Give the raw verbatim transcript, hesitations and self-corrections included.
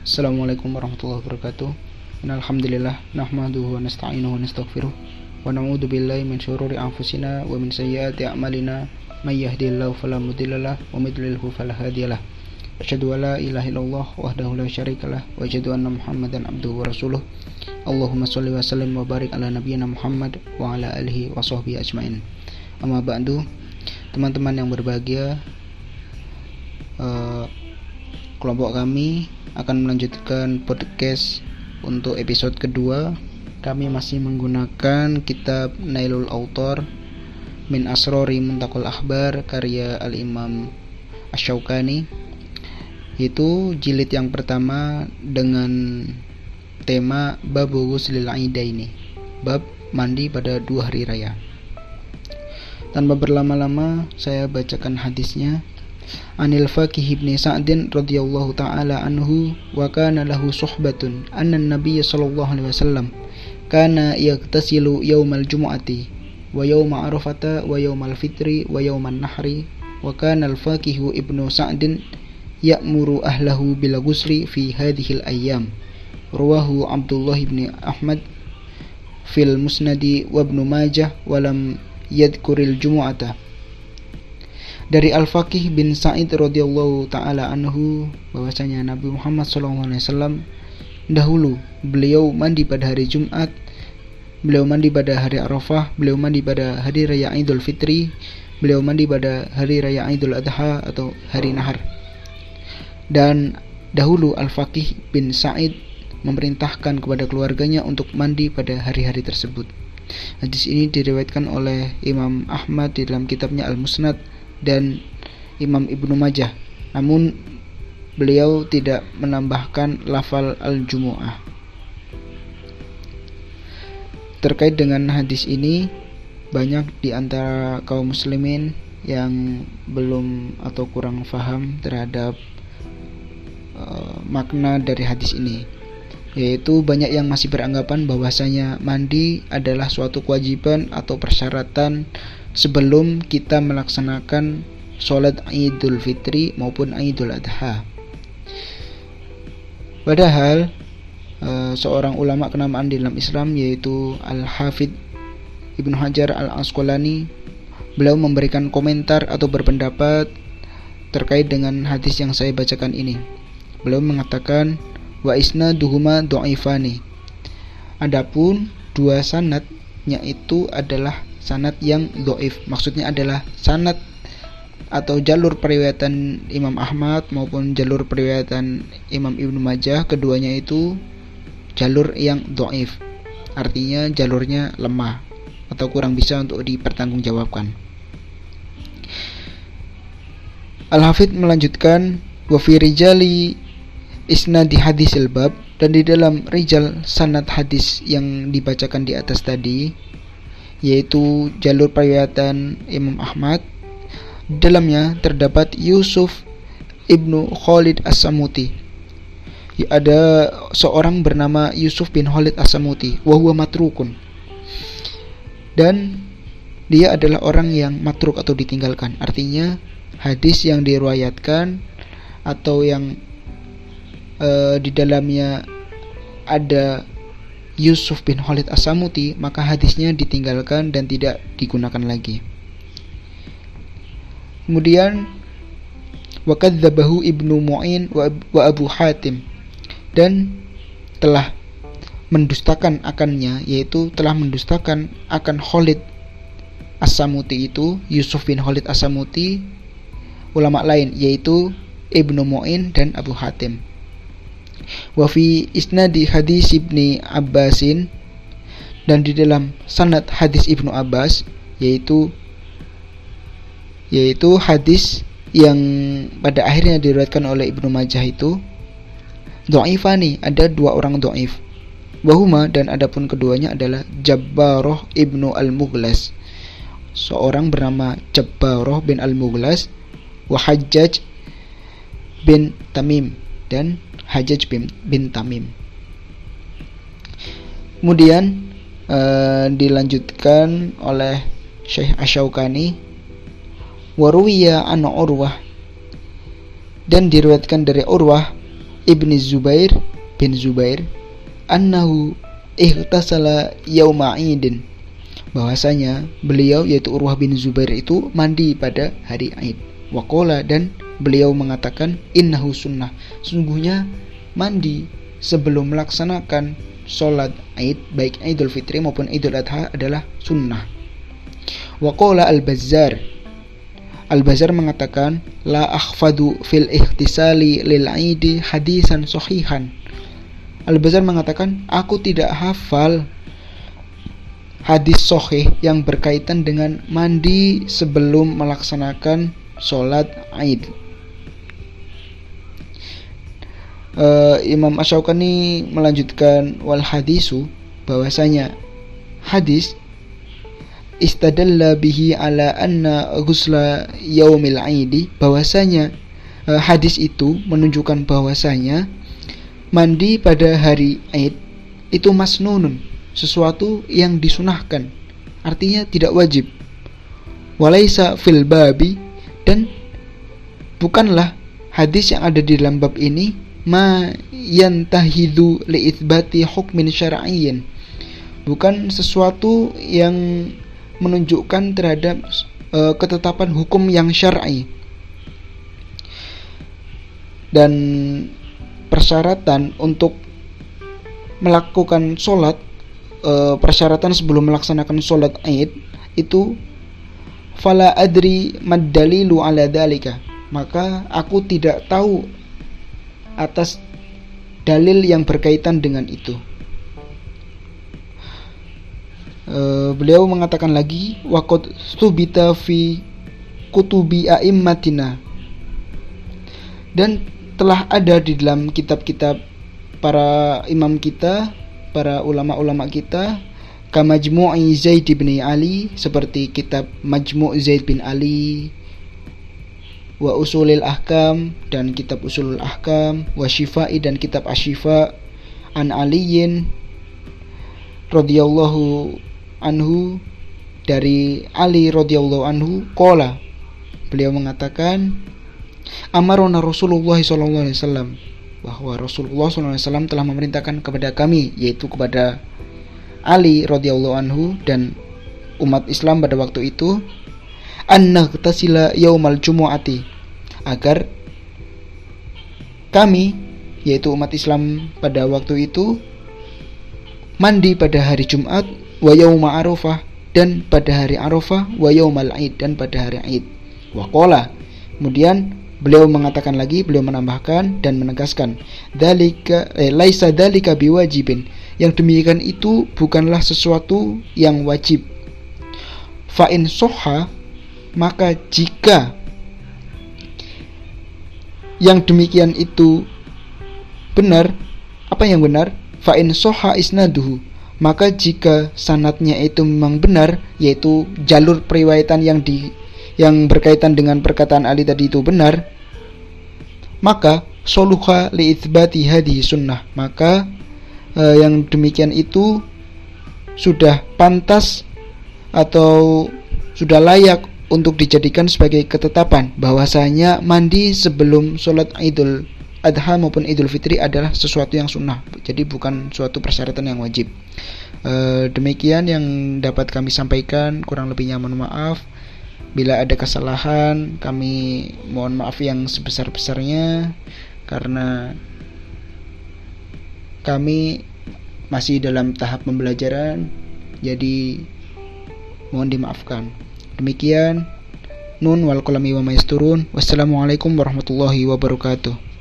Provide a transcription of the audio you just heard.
Assalamualaikum warahmatullahi wabarakatuh. Innalhamdulillah nahmaduhu wa nasta'inuhu wa nastaghfiruh wa na'udzu billahi min syururi anfusina wa min sayyiati a'malina may yahdihillahu fala mudhillalah wa may yudlilhu fala hadiyalah. Asyhadu an la ilaha illallah wahdahu la syarikalah wa asyhadu anna Muhammadan abduhu wa rasuluh. Allahumma shalli wa sallim wa barik ala nabiyyina Muhammad wa ala alihi wa sahbihi ajmain. Amma ba'du. Teman-teman yang berbahagia, uh, kelompok kami akan melanjutkan podcast untuk episode kedua. Kami masih menggunakan kitab Nailul Autor min Asrori Muntakul Akhbar karya Al-Imam Asy-Syaukani, itu jilid yang pertama dengan tema Bab Ghuslil Aidaini, bab mandi pada dua hari raya. Tanpa berlama-lama saya bacakan hadisnya. Anil Faqih ibn Sa'din radhiyallahu ta'ala anhu wa kana lahu suhbatun anna an-nabiy sallallahu alaihi wasallam kana yaghtasilu yaumal jumu'ati wa yauma arafata wa yaumal fitri wa yauman nahri wa kana al-Faqih ibn Sa'din ya'muru ahlahu bil ghusli fi hadhihi al-ayyam. Rawahu Abdullah ibn Ahmad fil Musnadi wa Ibnu Majah wa lam yadhkuril jumu'ata. Dari Al-Faqih bin Sa'id radhiyallahu ta'ala anhu bahwasanya Nabi Muhammad shallallahu alaihi wasallam dahulu beliau mandi pada hari Jumat, beliau mandi pada hari Arafah, beliau mandi pada hari raya Idul Fitri, beliau mandi pada hari raya Idul Adha atau hari Nahar. Dan dahulu Al-Faqih bin Sa'id memerintahkan kepada keluarganya untuk mandi pada hari-hari tersebut. Hadis ini diriwayatkan oleh Imam Ahmad di dalam kitabnya Al-Musnad dan Imam Ibnu Majah, namun beliau tidak menambahkan lafal al-jumu'ah. Terkait dengan hadis ini, banyak di antara kaum muslimin yang belum atau kurang paham terhadap uh, makna dari hadis ini, yaitu banyak yang masih beranggapan bahwasanya mandi adalah suatu kewajiban atau persyaratan sebelum kita melaksanakan sholat Idul Fitri maupun Idul Adha. Padahal uh, seorang ulama kenamaan di dalam Islam yaitu Al-Hafidz Ibnu Hajar Al-Asqalani, beliau memberikan komentar atau berpendapat terkait dengan hadis yang saya bacakan ini. Beliau mengatakan wa isnaduhuma dhaifani. Adapun dua sanadnya itu adalah sanad yang dhaif. Maksudnya adalah sanad atau jalur periwayatan Imam Ahmad maupun jalur periwayatan Imam Ibnu Majah, keduanya itu jalur yang dhaif. Artinya jalurnya lemah atau kurang bisa untuk dipertanggungjawabkan. Al-Hafidz melanjutkan wa fi rijali isnadi hadisil bab, dan di dalam rijal sanad hadis yang dibacakan di atas tadi, yaitu jalur periwayatan Imam Ahmad, dalamnya terdapat Yusuf ibnu Khalid As-Samuti. Ada seorang bernama Yusuf bin Khalid As-Samuti, wa huwa matrukun, dan dia adalah orang yang matruk atau ditinggalkan. Artinya hadis yang diriwayatkan atau yang uh, di dalamnya ada Yusuf bin Khalid As-Samuti, maka hadisnya ditinggalkan dan tidak digunakan lagi. Kemudian wa kadzdzabahu Ibnu Mu'in wa Abu Hatim, dan telah mendustakan akannya, yaitu telah mendustakan akan Khalid As-Samuti itu, Yusuf bin Khalid As-Samuti, ulama lain yaitu Ibnu Mu'in dan Abu Hatim. Wa fi isnadi hadis Ibni Abbasin, dan di dalam sanad hadis Ibnu Abbas, yaitu yaitu hadis yang pada akhirnya diriwayatkan oleh Ibnu Majah itu dhaifani, ada dua orang dhaif. Wahuma, dan adapun keduanya adalah Jabbaroh Ibnu Al-Mughlas, seorang bernama Jabbaroh bin Al-Mughlas, wa Hajjaj bin Tamim, dan Hajjaj bin, bin Tamim. Kemudian uh, dilanjutkan oleh Syekh Asy-Syaukani, wa ruwiya an Urwah, dan diriwayatkan dari Urwah ibni Zubair bin Zubair annahu ihtasala yauma Aidin, bahwasanya beliau yaitu Urwah bin Zubair itu mandi pada hari Aid. Waqala, dan beliau mengatakan innahu sunnah, sungguhnya mandi sebelum melaksanakan sholat Aid baik Idul Fitri maupun Idul Adha adalah sunnah. Waqala Al-Bazzar, Al-Bazzar mengatakan la akhfadu fil ihtisali lil Aidi hadisan sahihan. Al-Bazzar mengatakan aku tidak hafal hadis sahih yang berkaitan dengan mandi sebelum melaksanakan sholat Aid. Uh, Imam Asy-Syaukani melanjutkan wal hadisu, bahwasanya hadis istadalla bihi ala anna ghusla yaumil aidi, bahwasanya uh, hadis itu menunjukkan bahwasanya mandi pada hari Aid itu masnunun, sesuatu yang disunahkan, artinya tidak wajib. Walaisa fil babi, dan bukanlah hadis yang ada di dalam bab ini ma yantahidu li itsbati hukmin syar'iyyin, bukan sesuatu yang menunjukkan terhadap uh, ketetapan hukum yang syar'i. Dan persyaratan untuk melakukan sholat, uh, persyaratan sebelum melaksanakan sholat Aid itu fala adri mad dalilu ala dalika, maka aku tidak tahu atas dalil yang berkaitan dengan itu. E, beliau mengatakan lagi waqad subita fi kutubi a'immatina, dan telah ada di dalam kitab-kitab para imam kita, para ulama-ulama kita, ka Majmu'i Zaid bin Ali, seperti kitab Majmu' Zaid bin Ali, wa Usulil Ahkam, dan kitab Usulul Ahkam, wa Syifa'i, dan kitab Asy-Syifa, an Aliyin radhiyallahu anhu, dari Ali radhiyallahu anhu, qala, beliau mengatakan amarona Rasulullah sallallahu alaihi wasallam, bahwa Rasulullah sallallahu alaihi wasallam telah memerintahkan kepada kami, yaitu kepada Ali radhiyallahu anhu dan umat Islam pada waktu itu, anna tasila yaumal jumu'ati, agar kami, yaitu umat Islam pada waktu itu, mandi pada hari Jumat, wa yauma Arafah, dan pada hari Arafah, wa yaumal Aid, dan pada hari Aid. Wa qala, kemudian beliau mengatakan lagi, beliau menambahkan dan menegaskan, dalika eh, laisa dalika biwajibin, yang demikian itu bukanlah sesuatu yang wajib. Fa in soha, maka jika yang demikian itu benar, apa yang benar? Fa in soha isnaduhu, maka jika sanadnya itu memang benar, yaitu jalur periwayatan yang di yang berkaitan dengan perkataan Ali tadi itu benar, maka soluha li itsbati hadhihi sunnah, maka eh, yang demikian itu sudah pantas atau sudah layak untuk dijadikan sebagai ketetapan bahwasanya mandi sebelum sholat Idul Adha maupun Idul Fitri adalah sesuatu yang sunnah, jadi bukan suatu persyaratan yang wajib. E, demikian yang dapat kami sampaikan, kurang lebihnya mohon maaf. Bila ada kesalahan, kami mohon maaf yang sebesar-besarnya, karena kami masih dalam tahap pembelajaran, jadi mohon dimaafkan. Demikian, nun wal qalami wa maisturun. Wassalamualaikum warahmatullahi wabarakatuh.